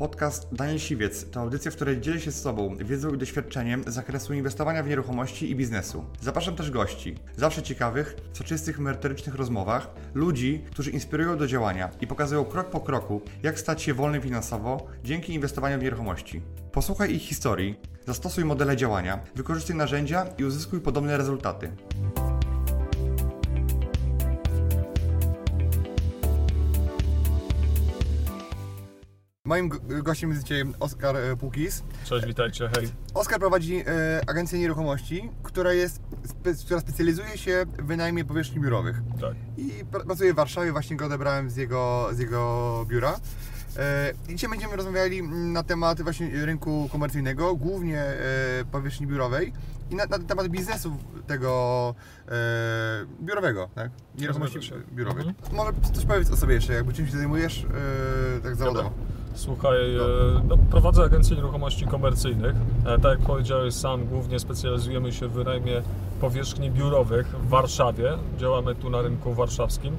Podcast Daniel Siwiec to audycja, w której dzielę się z Tobą wiedzą i doświadczeniem z zakresu inwestowania w nieruchomości i biznesu. Zapraszam też gości, zawsze ciekawych, w soczystych, merytorycznych rozmowach, ludzi, którzy inspirują do działania i pokazują krok po kroku, jak stać się wolnym finansowo dzięki inwestowaniu w nieruchomości. Posłuchaj ich historii, zastosuj modele działania, wykorzystuj narzędzia i uzyskuj podobne rezultaty. Moim gościem jest dzisiaj Oskar Pukis. Cześć, witajcie, hej. Oskar prowadzi agencję nieruchomości, która specjalizuje się w wynajmie powierzchni biurowych. Tak. I pracuje w Warszawie, właśnie go odebrałem z jego biura. I dzisiaj będziemy rozmawiali na temat właśnie rynku komercyjnego, głównie powierzchni biurowej i na temat biznesu tego biurowego, tak? Nieruchomości biurowych. Może coś powiedz o sobie jeszcze, jakby czym się zajmujesz tak zawodowo. Słuchaj, prowadzę agencję nieruchomości komercyjnych. Tak jak powiedziałeś sam, głównie specjalizujemy się w wynajmie powierzchni biurowych w Warszawie. Działamy tu na rynku warszawskim.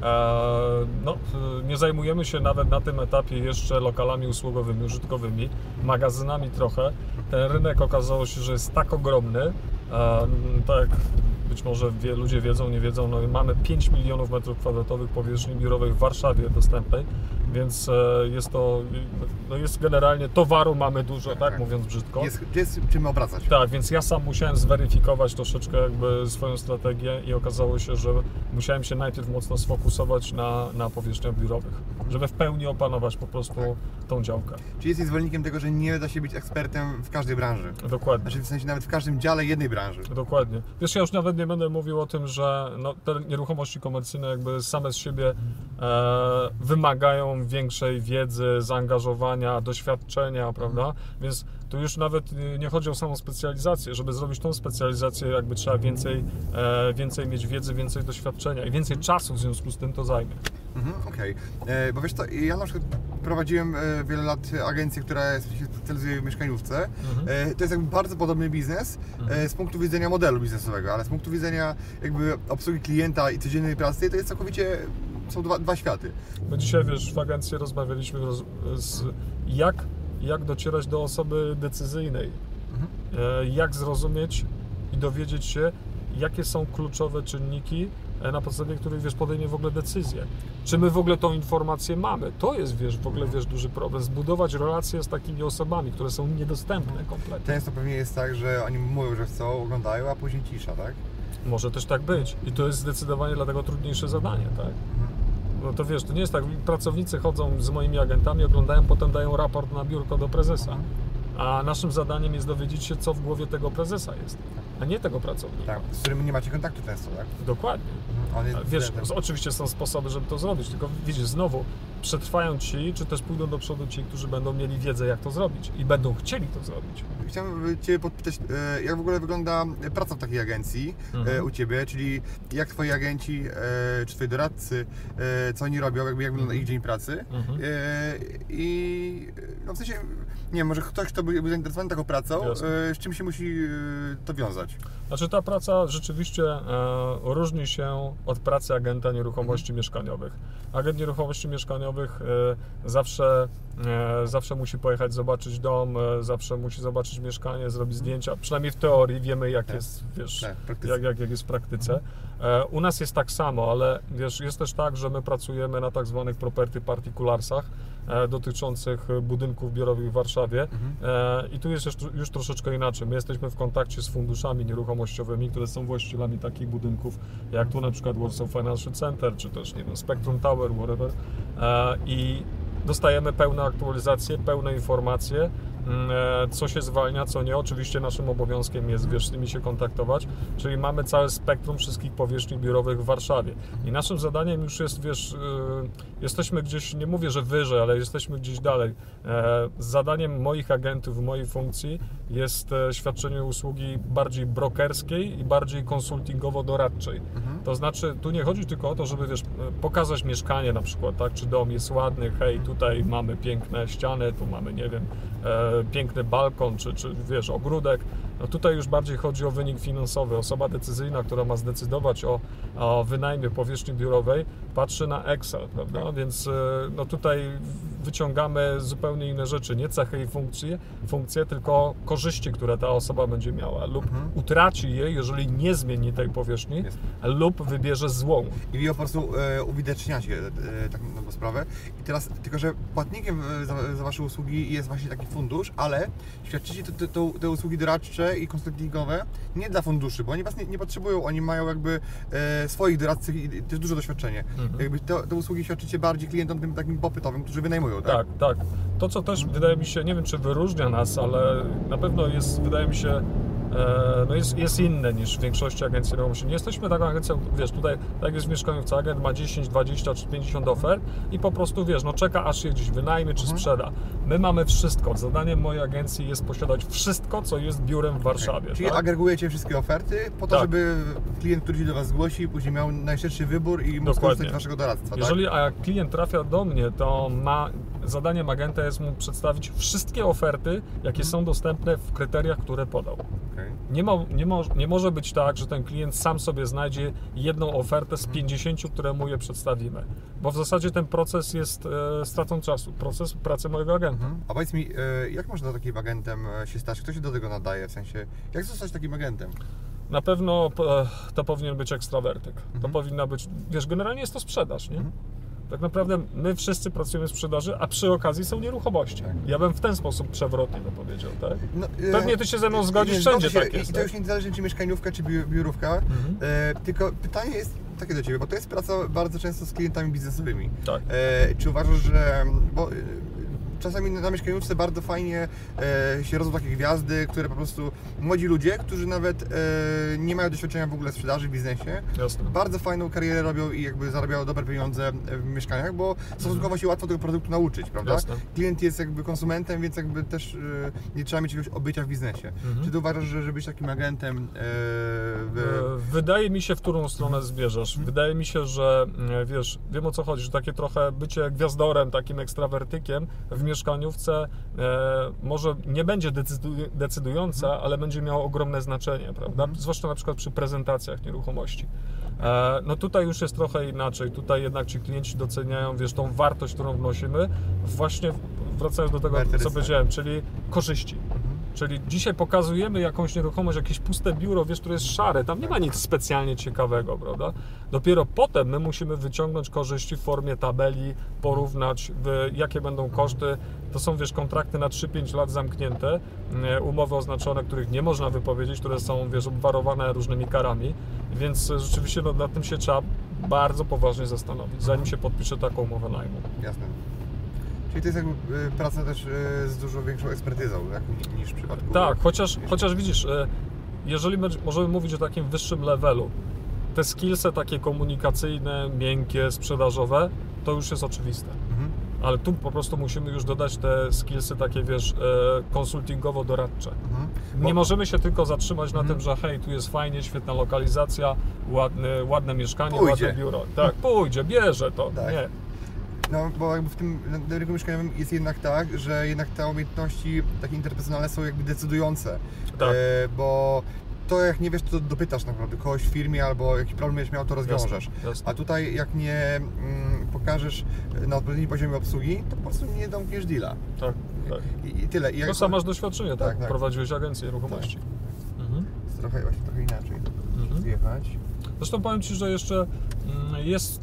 Nie zajmujemy się nawet na tym etapie jeszcze lokalami usługowymi, użytkowymi, magazynami trochę. Ten rynek okazało się, że jest tak ogromny, tak być może ludzie wiedzą, nie wiedzą, mamy 5 milionów metrów kwadratowych powierzchni biurowej w Warszawie dostępnej, więc jest generalnie towaru mamy dużo, tak mówiąc brzydko. Jest czym obracać. Tak, więc ja sam musiałem zweryfikować troszeczkę jakby swoją strategię i okazało się, że musiałem się najpierw mocno sfokusować na powierzchniach biurowych, żeby w pełni opanować po prostu tą działkę. Czyli jesteś zwolennikiem tego, że nie da się być ekspertem w każdej branży? Dokładnie. Znaczy w sensie nawet w każdym dziale jednej branży. Dokładnie. Wiesz, ja już nawet nie będę mówił o tym, że te nieruchomości komercyjne jakby same z siebie wymagają większej wiedzy, zaangażowania, doświadczenia, prawda? Więc tu już nawet nie chodzi o samą specjalizację. Żeby zrobić tą specjalizację, jakby trzeba więcej mieć wiedzy, więcej doświadczenia i więcej czasu w związku z tym to zajmie. Okej. Bo wiesz co, ja na przykład prowadziłem wiele lat agencję, która się specjalizuje w mieszkaniówce. To jest jakby bardzo podobny biznes z punktu widzenia modelu biznesowego, ale z punktu widzenia jakby obsługi klienta i codziennej pracy to jest całkowicie, są dwa światy. My dzisiaj, wiesz, w agencji rozmawialiśmy jak docierać do osoby decyzyjnej, jak zrozumieć i dowiedzieć się, jakie są kluczowe czynniki, na podstawie których, wiesz, podejmie w ogóle decyzję. Czy my w ogóle tą informację mamy? To jest, wiesz, w ogóle, duży problem. Zbudować relacje z takimi osobami, które są niedostępne kompletnie. Często pewnie jest tak, że oni mówią, że chcą, oglądają, a później cisza, tak? Może też tak być. I to jest zdecydowanie dlatego trudniejsze zadanie, tak? No to wiesz, to nie jest tak, pracownicy chodzą z moimi agentami, oglądają, potem dają raport na biurko do prezesa. A naszym zadaniem jest dowiedzieć się, co w głowie tego prezesa jest, a nie tego pracownika. Tak, z którymi nie macie kontaktu często, tak? Dokładnie. Wiesz, oczywiście są sposoby, żeby to zrobić, tylko widzisz, znowu przetrwają ci, czy też pójdą do przodu ci, którzy będą mieli wiedzę, jak to zrobić i będą chcieli to zrobić. Chciałem Cię podpytać, jak w ogóle wygląda praca w takiej agencji u Ciebie, czyli jak Twoi agenci, czy Twoi doradcy, co oni robią, jak wygląda ich dzień pracy i w sensie, nie wiem, może ktoś, kto był zainteresowany taką pracą, z czym się musi to wiązać? Znaczy ta praca rzeczywiście różni się od pracy agenta nieruchomości mieszkaniowych. Agent nieruchomości mieszkaniowych zawsze musi pojechać zobaczyć dom, zawsze musi zobaczyć mieszkanie, zrobić zdjęcia, przynajmniej w teorii wiemy jak jest, wiesz, jak jest w praktyce. U nas jest tak samo, ale wiesz, jest też tak, że my pracujemy na tak zwanych property particularsach dotyczących budynków biurowych w Warszawie i tu jest już troszeczkę inaczej. My jesteśmy w kontakcie z funduszami nieruchomościowymi, które są właścicielami takich budynków, jak tu na przykład Warsaw Financial Center, czy też, nie wiem, Spectrum Tower, whatever, i dostajemy pełne aktualizacje, pełne informacje, co się zwalnia, co nie. Oczywiście naszym obowiązkiem jest, wiesz, z nimi się kontaktować, czyli mamy całe spektrum wszystkich powierzchni biurowych w Warszawie. I naszym zadaniem już jest, wiesz, jesteśmy gdzieś, nie mówię, że wyżej, ale jesteśmy gdzieś dalej. Zadaniem moich agentów, mojej funkcji jest świadczenie usługi bardziej brokerskiej i bardziej konsultingowo-doradczej. To znaczy, tu nie chodzi tylko o to, żeby, wiesz, pokazać mieszkanie na przykład, tak, czy dom jest ładny, hej, tutaj mamy piękne ściany, tu mamy, nie wiem, piękny balkon, czy wiesz, ogródek, No tutaj już bardziej chodzi o wynik finansowy. Osoba decyzyjna, która ma zdecydować o wynajmie powierzchni biurowej, patrzy na Excel, prawda? Więc no tutaj wyciągamy zupełnie inne rzeczy, nie cechy i funkcje, tylko korzyści, które ta osoba będzie miała lub utraci je, jeżeli nie zmieni tej powierzchni lub wybierze złą. I wy po prostu uwidaczniacie taką sprawę. I teraz, tylko że płatnikiem za wasze usługi jest właśnie taki fundusz, ale świadczycie te usługi doradcze i konsultingowe nie dla funduszy, bo oni was nie potrzebują, oni mają jakby swoich doradców i też duże doświadczenie. Jakby te usługi świadczycie bardziej klientom tym takim popytowym, którzy wynajmują, tak? Tak. To, co też wydaje mi się, nie wiem, czy wyróżnia nas, ale na pewno jest, wydaje mi się, no jest inne niż w większości agencji nieruchomości. Nie jesteśmy taką agencją, wiesz, tutaj tak jest w mieszkaniówce, agent ma 10, 20 czy 50 ofert i po prostu, wiesz, no czeka, aż je gdzieś wynajmie czy sprzeda. My mamy wszystko. Zadaniem mojej agencji jest posiadać wszystko, co jest biurem w Warszawie. Czyli tak? agregujecie wszystkie oferty po to, żeby klient, który się do was zgłosi, później miał najszerszy wybór i mógł skorzystać z waszego doradztwa, Jeżeli klient trafia do mnie, to zadaniem agenta jest mu przedstawić wszystkie oferty, jakie są dostępne w kryteriach, które podał. Nie może być tak, że ten klient sam sobie znajdzie jedną ofertę z 50, które mu je przedstawimy, bo w zasadzie ten proces jest stratą czasu, proces pracy mojego agenta. A powiedz mi, jak można takim agentem się stać? Kto się do tego nadaje? W sensie, jak zostać takim agentem? Na pewno to powinien być ekstrawertyk. To powinna być, wiesz, generalnie jest to sprzedaż, nie? Tak naprawdę my wszyscy pracujemy w sprzedaży, a przy okazji są nieruchomości. Ja bym w ten sposób przewrotnie to powiedział, tak? No, pewnie ty się ze mną zgodzisz, wszędzie tak jest. I to już nie zależy, czy mieszkaniówka, czy biurówka, tylko pytanie jest takie do Ciebie, bo to jest praca bardzo często z klientami biznesowymi. Tak. Czy uważasz, że... Czasami na mieszkaniówce bardzo fajnie się rodzą takie gwiazdy, które po prostu młodzi ludzie, którzy nawet nie mają doświadczenia w ogóle w sprzedaży, w biznesie, bardzo fajną karierę robią i jakby zarabiają dobre pieniądze w mieszkaniach, bo stosunkowo się łatwo tego produktu nauczyć, prawda? Klient jest jakby konsumentem, więc jakby też nie trzeba mieć jakiegoś obycia w biznesie. Czy ty uważasz, że być takim agentem... Wydaje mi się, w którą stronę zmierzasz. Wydaje mi się, że wiesz, wiem o co chodzi, że takie trochę bycie gwiazdorem, takim ekstrawertykiem w mieszkaniówce może nie będzie decydujące, ale będzie miało ogromne znaczenie, prawda? Zwłaszcza na przykład przy prezentacjach nieruchomości. No tutaj już jest trochę inaczej. Tutaj jednak ci klienci doceniają, wiesz, tą wartość, którą wnosimy, właśnie wracając do tego, co powiedziałem, czyli korzyści. Czyli dzisiaj pokazujemy jakąś nieruchomość, jakieś puste biuro, wiesz, które jest szare, tam nie ma nic specjalnie ciekawego, prawda? Dopiero potem my musimy wyciągnąć korzyści w formie tabeli, porównać, jakie będą koszty. To są, wiesz, kontrakty na 3-5 lat zamknięte, umowy oznaczone, których nie można wypowiedzieć, które są, wiesz, obwarowane różnymi karami, więc rzeczywiście no, nad tym się trzeba bardzo poważnie zastanowić, zanim się podpisze taką umowę najmu. Jasne. Czyli to jest jakby praca też z dużo większą ekspertyzą, tak, niż w przypadku... Tak, chociaż widzisz, jeżeli możemy mówić o takim wyższym levelu, te skillsy takie komunikacyjne, miękkie, sprzedażowe, to już jest oczywiste. Ale tu po prostu musimy już dodać te skillsy takie, wiesz, konsultingowo-doradcze. Nie możemy się tylko zatrzymać na tym, że hej, tu jest fajnie, świetna lokalizacja, ładne mieszkanie, ładne biuro. Tak, pójdzie, bierze to. Tak. Nie. No, bo jakby w tym rynku mieszkaniowym jest jednak tak, że jednak te umiejętności takie interpersonalne są jakby decydujące. Tak. Bo to jak nie wiesz, to dopytasz naprawdę kogoś w firmie albo jakiś problem będziesz miał, to rozwiążesz. Jasne. A tutaj jak nie pokażesz na odpowiednim poziomie obsługi, to po prostu nie domkniesz deala. Tak. I tyle. I sam masz doświadczenie, tak? Prowadziłeś agencję nieruchomości. Jest trochę inaczej zjechać. Zresztą powiem Ci, że jeszcze jest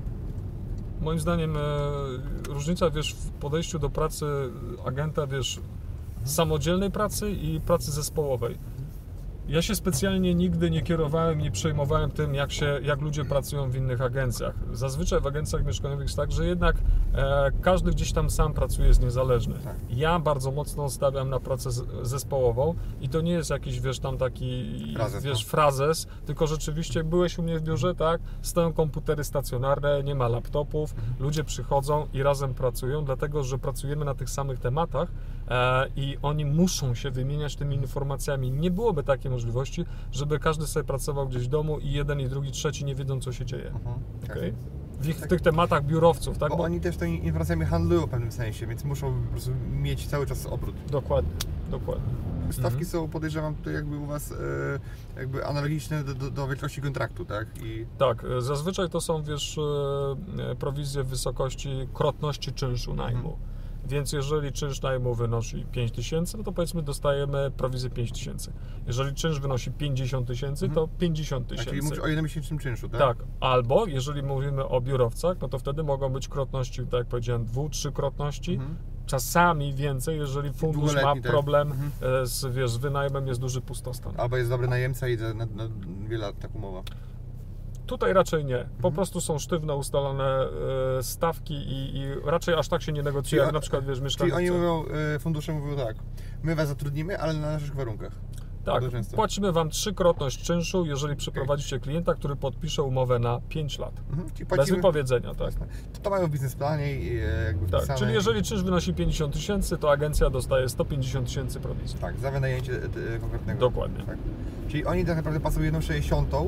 moim zdaniem różnica, wiesz, w podejściu do pracy agenta, wiesz, samodzielnej pracy i pracy zespołowej. Ja się specjalnie nigdy nie kierowałem, nie przejmowałem tym, jak ludzie pracują w innych agencjach. Zazwyczaj w agencjach mieszkaniowych jest tak, że jednak każdy gdzieś tam sam pracuje, jest niezależny. Ja bardzo mocno stawiam na pracę zespołową i to nie jest jakiś, wiesz, tam taki, frazes, tylko rzeczywiście byłeś u mnie w biurze, tak? Stoją komputery stacjonarne, nie ma laptopów, ludzie przychodzą i razem pracują, dlatego, że pracujemy na tych samych tematach i oni muszą się wymieniać tymi informacjami. Nie byłoby takiej możliwości, żeby każdy sobie pracował gdzieś w domu i jeden, i drugi, trzeci nie wiedzą, co się dzieje. Okay? W tych tematach biurowców, tak? Bo oni też tymi informacjami handlują w pewnym sensie, więc muszą po prostu mieć cały czas obrót. Dokładnie. jakby stawki są, podejrzewam, tutaj jakby u Was jakby analogiczne do wielkości kontraktu, tak? Tak, zazwyczaj to są, wiesz, prowizje w wysokości krotności czynszu najmu. Więc jeżeli czynsz najmu wynosi 5 tysięcy, no to powiedzmy dostajemy prowizję 5 tysięcy. Jeżeli czynsz wynosi 50 tysięcy, to 50 tysięcy. Czyli mówisz o jednomiesięcznym czynszu, tak? Tak, albo jeżeli mówimy o biurowcach, no to wtedy mogą być krotności, tak jak powiedziałem, 2-3 krotności, czasami więcej, jeżeli fundusz ma problem z wynajmem, jest duży pustostan. Albo jest dobry najemca i na wiele lat tak umowa. Tutaj raczej nie. Po prostu są sztywno ustalone stawki i raczej aż tak się nie negocjuje, jak na przykład, wiesz, mieszkaniec. Czyli oni mówią, fundusze mówią tak, my Was zatrudnimy, ale na naszych warunkach. Tak, płacimy Wam 3-krotność czynszu, jeżeli przyprowadzicie klienta, który podpisze umowę na 5 lat. Bez wypowiedzenia, tak. To mają w biznesplanie i jakby tak, wpisane. Czyli jeżeli czynsz wynosi 50 tysięcy, to agencja dostaje 150 tysięcy prowizji. Tak, za wynajęcie konkretnego. Dokładnie. Tak. Czyli oni tak naprawdę płacą 1/60,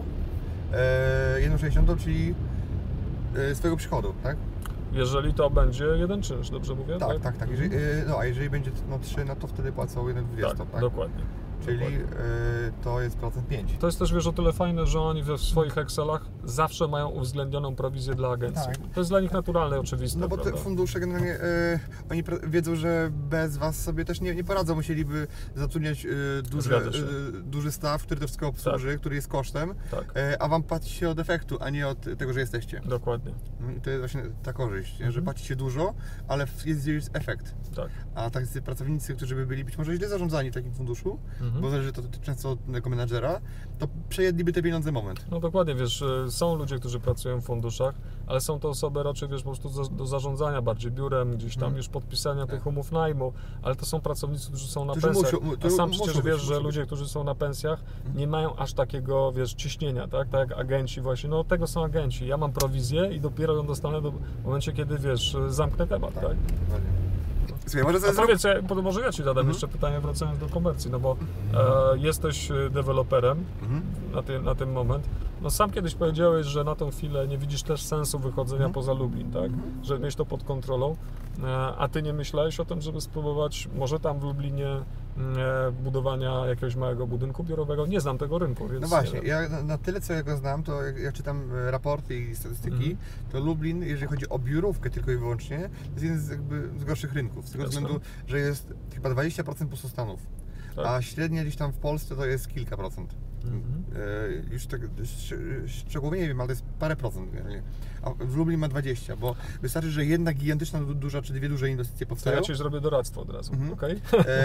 czyli swojego przychodu, tak? Jeżeli to będzie jeden czynsz, dobrze mówię? Tak. Jeżeli, a jeżeli będzie 3, no to wtedy płacą 1/20, tak? Dokładnie. Czyli to jest 5%. To jest też, wiesz, o tyle fajne, że oni w swoich Excelach zawsze mają uwzględnioną prowizję dla agencji. Tak. To jest dla nich naturalne, oczywiste. No bo te fundusze generalnie, oni wiedzą, że bez Was sobie też nie poradzą. Musieliby zatrudniać duży staw, który to wszystko obsłuży, który jest kosztem, a Wam płaci się od efektu, a nie od tego, że jesteście. Dokładnie. I to jest właśnie ta korzyść, że płaci się dużo, ale jest efekt. Tak. A tacy pracownicy, którzy by byli być może źle zarządzani w takim funduszu, bo zależy to często od tego menadżera, to przejedliby te pieniądze moment. No dokładnie, wiesz, są ludzie, którzy pracują w funduszach, ale są to osoby raczej, wiesz, po prostu do zarządzania bardziej biurem, gdzieś tam już podpisania tych umów najmu, ale to są pracownicy, którzy są na pensjach. A sam przecież wiesz, że ludzie, którzy są na pensjach, nie mają aż takiego, wiesz, ciśnienia, tak jak agenci właśnie, no od tego są agenci. Ja mam prowizję i dopiero ją dostanę w momencie, kiedy, wiesz, zamknę temat, tak? Słuchaj, może ja Ci zadam jeszcze pytanie, wracając do komercji, no bo jesteś deweloperem na ten moment. No sam kiedyś powiedziałeś, że na tą chwilę nie widzisz też sensu wychodzenia poza Lublin, tak? Żeby mieć to pod kontrolą. A Ty nie myślałeś o tym, żeby spróbować może tam w Lublinie budowania jakiegoś małego budynku biurowego? Nie znam tego rynku, więc... No właśnie, ja na tyle co ja go znam, to jak czytam raporty i statystyki, to Lublin, jeżeli chodzi o biurówkę tylko i wyłącznie, to jest jeden z gorszych rynków, z tego względu, że jest chyba 20% pustostanów, a średnia gdzieś tam w Polsce to jest kilka procent. Już tak szczegółowo nie wiem, ale to jest parę procent. A w Lublin ma 20, bo wystarczy, że jedna gigantyczna, duża czy dwie duże inwestycje powstają. To ja Ci zrobię doradztwo od razu, okej?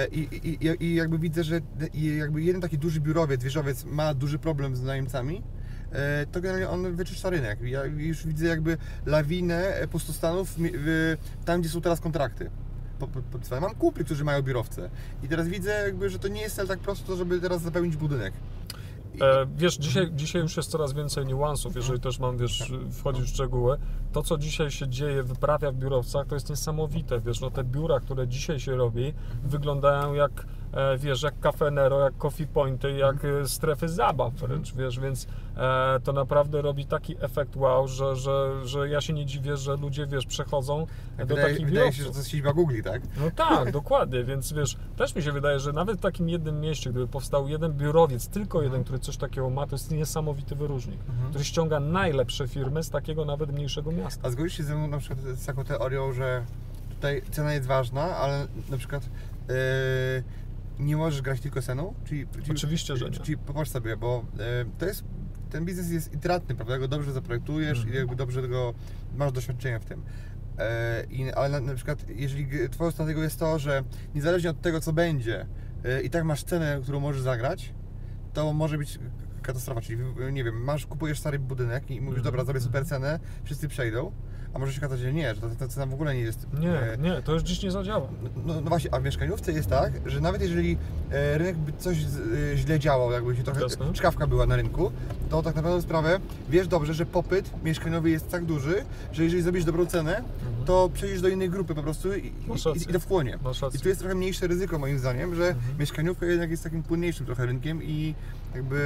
I jakby widzę, że jakby jeden taki duży biurowiec, wieżowiec ma duży problem z najemcami, to generalnie on wyczyszcza rynek. Ja już widzę jakby lawinę pustostanów tam, gdzie są teraz kontrakty. Mam kumpli, którzy mają biurowce i teraz widzę jakby, że to nie jest wcale tak prosto, żeby teraz zapełnić budynek. Wiesz, dzisiaj już jest coraz więcej niuansów, jeżeli też mam, wiesz, wchodzić w szczegóły. To, co dzisiaj się dzieje, wyprawia w biurowcach, to jest niesamowite, wiesz, no te biura, które dzisiaj się robi, wyglądają jak, wiesz, jak Cafe Nero, jak Coffee Pointy, jak strefy zabaw wręcz, wiesz, więc to naprawdę robi taki efekt wow, że ja się nie dziwię, że ludzie, wiesz, przechodzą do takich biurowców. Wydaje się, że to jest siedzibia Google, tak? No tak, dokładnie, więc wiesz, też mi się wydaje, że nawet w takim jednym mieście, gdyby powstał jeden biurowiec, tylko jeden, który coś takiego ma, to jest niesamowity wyróżnik, który ściąga najlepsze firmy z takiego nawet mniejszego miasta. A zgodzisz się ze mną na przykład z taką teorią, że tutaj cena jest ważna, ale na przykład nie możesz grać tylko ceną? Oczywiście, że nie. Czyli popatrz sobie, bo to jest, ten biznes jest intratny, prawda? Go dobrze zaprojektujesz i jakby dobrze masz doświadczenia w tym. Ale na przykład, jeżeli twoją strategią jest to, że niezależnie od tego, co będzie, i tak masz cenę, którą możesz zagrać, to może być katastrofa, czyli nie wiem, kupujesz stary budynek i mówisz, dobra, zrobię super cenę, wszyscy przejdą, a może się okazać, że nie, że ta cena w ogóle nie jest... Nie, to już dziś nie zadziała. No właśnie, a w mieszkaniówce jest tak, że nawet jeżeli rynek by coś źle działał, jakby się trochę czkawka była na rynku, to tak naprawdę sprawę wiesz dobrze, że popyt mieszkaniowy jest tak duży, że jeżeli zrobisz dobrą cenę, to przejdziesz do innej grupy po prostu i to wchłonie. I tu jest trochę mniejsze ryzyko moim zdaniem, że mieszkaniówka jednak jest takim płynniejszym trochę rynkiem i jakby...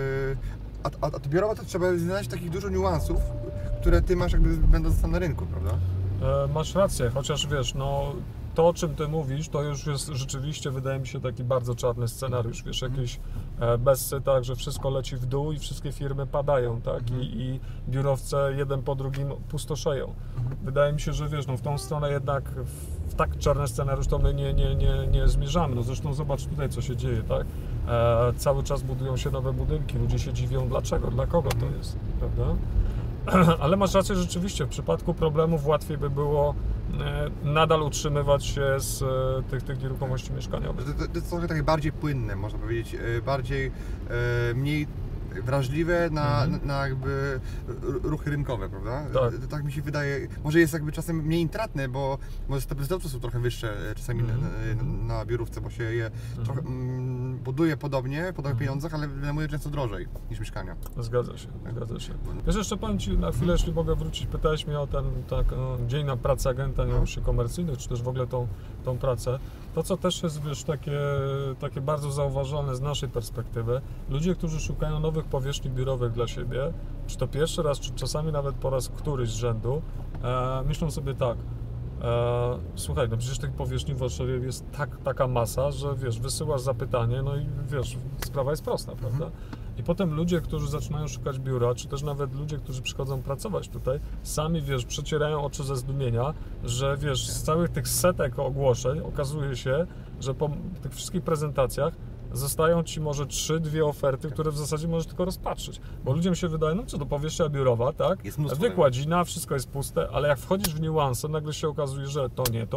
A to biurowo to trzeba znaleźć takich dużo niuansów, które ty masz jakby będąc tam na rynku, prawda? Masz rację, chociaż wiesz, no to, o czym ty mówisz, to już jest rzeczywiście, wydaje mi się, taki bardzo czarny scenariusz, wiesz, jakieś bessy, tak, że wszystko leci w dół i wszystkie firmy padają, tak, i biurowce jeden po drugim pustoszeją. Wydaje mi się, że wiesz, no w tą stronę jednak w tak czarny scenariusz to my nie zmierzamy. No zresztą zobacz tutaj, co się dzieje, tak? Cały czas budują się nowe budynki, ludzie się dziwią, dlaczego, dla kogo to jest, prawda? Ale masz rację, rzeczywiście, w przypadku problemów łatwiej by było nadal utrzymywać się z tych nieruchomości mieszkaniowych. To jest trochę takie bardziej płynne, można powiedzieć, bardziej, mniej wrażliwe na jakby ruchy rynkowe, prawda? Tak mi się wydaje. Może jest jakby czasem mniej intratne, bo może stopy zwrotu są trochę wyższe czasami na biurówce, bo się je trochę buduje podobnie pieniądzach, ale wynajmuje często drożej niż mieszkania. Zgadza się. Wiesz, jeszcze powiem Ci na chwilę, jeśli mogę wrócić, pytałeś mnie o ten dzień na pracę agenta nieruchomości komercyjnych, czy też w ogóle tą pracę. To, co też jest, wiesz, takie bardzo zauważalne z naszej perspektywy, ludzie, którzy szukają nowych powierzchni biurowych dla siebie, czy to pierwszy raz, czy czasami nawet po raz któryś z rzędu, myślą sobie tak, słuchaj, no przecież tych powierzchni w Warszawie jest taka masa, że wiesz, wysyłasz zapytanie, no i wiesz, sprawa jest prosta, prawda? I potem ludzie, którzy zaczynają szukać biura, czy też nawet ludzie, którzy przychodzą pracować tutaj, sami, wiesz, przecierają oczy ze zdumienia, że wiesz, z całych tych setek ogłoszeń okazuje się, że po tych wszystkich prezentacjach zostają Ci może 3-2 oferty, które w zasadzie możesz tylko rozpatrzyć. Bo ludziom się wydaje, no co, to powierzchnia biurowa, tak? Wykładzina, wszystko jest puste, ale jak wchodzisz w niuanse, nagle się okazuje, że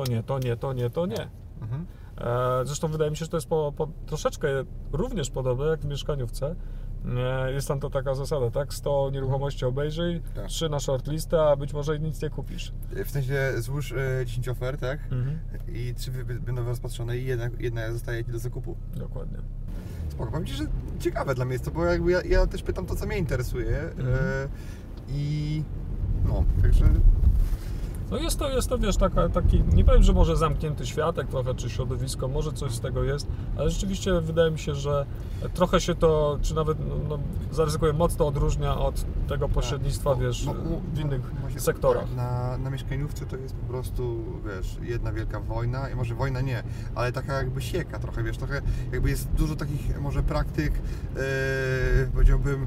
to nie. Zresztą wydaje mi się, że to jest troszeczkę również podobne jak w mieszkaniówce. Jest tam to taka zasada, tak? 100 nieruchomości obejrzyj, 3 na shortlistę, a być może nic nie kupisz. W sensie złóż 10 ofert, tak? I 3 będą rozpatrzone i jedna zostaje Ci do zakupu. Dokładnie. Spoko, powiem Ci, że ciekawe dla mnie jest to, bo jakby ja też pytam to, co mnie interesuje i no, także... No jest to, wiesz, taki, nie powiem, że może zamknięty światek trochę, czy środowisko, może coś z tego jest, ale rzeczywiście wydaje mi się, że trochę się to, czy nawet, zaryzykuję, mocno odróżnia od tego pośrednictwa, wiesz, w innych sektorach. Na mieszkaniówce to jest po prostu, wiesz, jedna wielka wojna, i może wojna nie, ale taka jakby sieka trochę, wiesz, trochę jakby jest dużo takich może praktyk, powiedziałbym,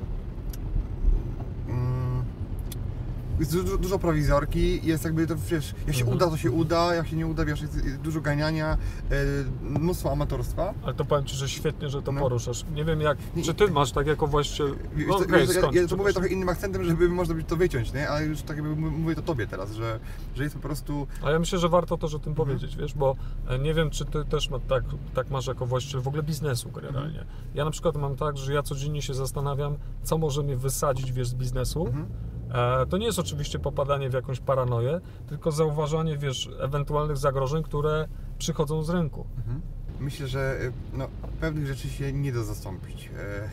jest dużo prowizorki, jest jakby to, wiesz, jak się uda, to się uda, jak się nie uda, wiesz, jest dużo ganiania, mnóstwo amatorstwa. Ale to powiem Ci, że świetnie, że to poruszasz. Nie wiem jak, czy Ty masz tak jako właściciel... Ja to mówię trochę innym akcentem, żeby można by to wyciąć, nie? Ale już tak jakby mówię to Tobie teraz, że jest po prostu... A ja myślę, że warto też o tym powiedzieć, wiesz, bo nie wiem, czy Ty też tak masz jako właściciel w ogóle biznesu generalnie. Ja na przykład mam tak, że ja codziennie się zastanawiam, co może mnie wysadzić, wiesz, z biznesu. To nie jest oczywiście popadanie w jakąś paranoję, tylko zauważanie, wiesz, ewentualnych zagrożeń, które przychodzą z rynku. Myślę, że pewnych rzeczy się nie da zastąpić.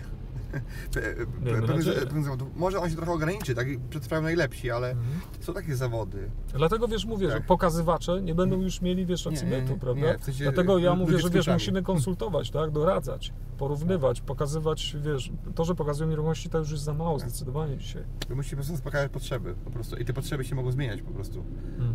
Może on się trochę ograniczy, tak? Przetrwają najlepsi, ale są takie zawody. Dlatego, wiesz, mówię, że pokazywacze nie będą już mieli, wiesz, racji bytu, prawda? W sensie dlatego ja mówię, że wiesz, musimy konsultować, tak? Doradzać, porównywać, pokazywać, wiesz, to, że pokazują nieruchomości, to już jest za mało zdecydowanie dzisiaj. Musimy po prostu zaspokajać potrzeby po prostu i te potrzeby się mogą zmieniać po prostu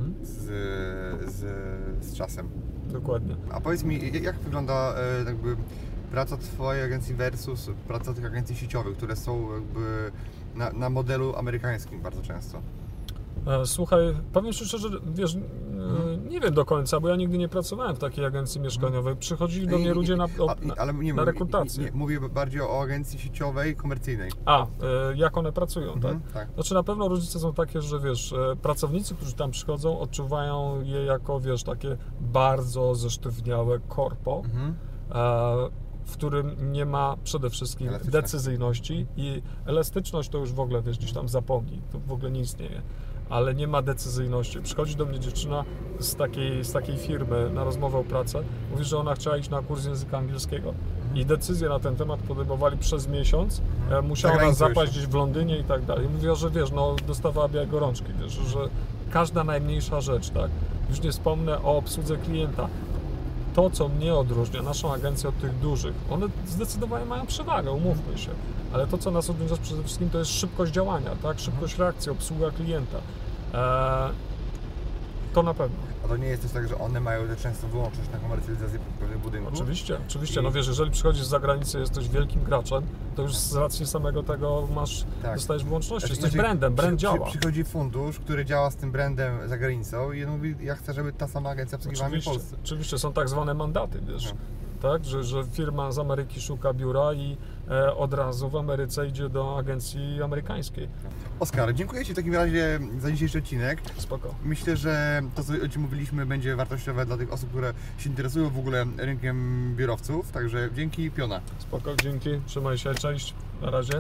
z czasem. Dokładnie. A powiedz mi, jak wygląda jakby praca Twojej agencji versus praca tych agencji sieciowych, które są jakby na modelu amerykańskim bardzo często? Słuchaj, powiem szczerze, wiesz, nie wiem do końca, bo ja nigdy nie pracowałem w takiej agencji mieszkaniowej. Przychodzili do mnie ludzie na rekrutację. Nie, mówię bardziej o agencji sieciowej, komercyjnej. Jak one pracują, tak? Tak. Znaczy na pewno różnice są takie, że wiesz, pracownicy, którzy tam przychodzą, odczuwają je jako, wiesz, takie bardzo zesztywniałe korpo, w którym nie ma przede wszystkim decyzyjności i elastyczność to już w ogóle, wiesz, gdzieś tam zapomnij, to w ogóle nie istnieje. Ale nie ma decyzyjności. Przychodzi do mnie dziewczyna z takiej firmy na rozmowę o pracę, mówi, że ona chciała iść na kurs języka angielskiego i decyzję na ten temat podejmowali przez miesiąc, musiała nas zapaść gdzieś w Londynie i tak dalej. Mówiła, że wiesz, dostawała białe gorączki, wiesz, że każda najmniejsza rzecz, tak? Już nie wspomnę o obsłudze klienta. To, co mnie odróżnia, naszą agencję od tych dużych, one zdecydowanie mają przewagę, umówmy się, ale to, co nas odróżnia przede wszystkim, to jest szybkość działania, tak? Szybkość reakcji, obsługa klienta. To na pewno. A to nie jest też tak, że one mają często wyłączyć na komercjalizację pewnych budynków? Oczywiście. No wiesz, jeżeli przychodzisz z zagranicy, jesteś wielkim graczem, to już z racji samego tego dostajesz wyłączności, jesteś brandem, brand działa. Przychodzi fundusz, który działa z tym brandem za granicą i mówi, ja chcę, żeby ta sama agencja obsługiwała mnie w Polsce. Oczywiście, są tak zwane mandaty, wiesz. Tak, że firma z Ameryki szuka biura i od razu w Ameryce idzie do agencji amerykańskiej. Oskar, dziękuję Ci w takim razie za dzisiejszy odcinek. Spoko. Myślę, że to, co o czym mówiliśmy, będzie wartościowe dla tych osób, które się interesują w ogóle rynkiem biurowców. Także dzięki, piona. Spoko, dzięki. Trzymaj się, cześć. Na razie.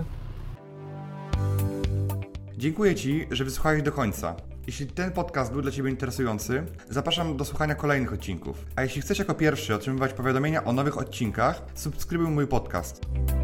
Dziękuję Ci, że wysłuchałeś do końca. Jeśli ten podcast był dla Ciebie interesujący, zapraszam do słuchania kolejnych odcinków. A jeśli chcesz jako pierwszy otrzymywać powiadomienia o nowych odcinkach, subskrybuj mój podcast.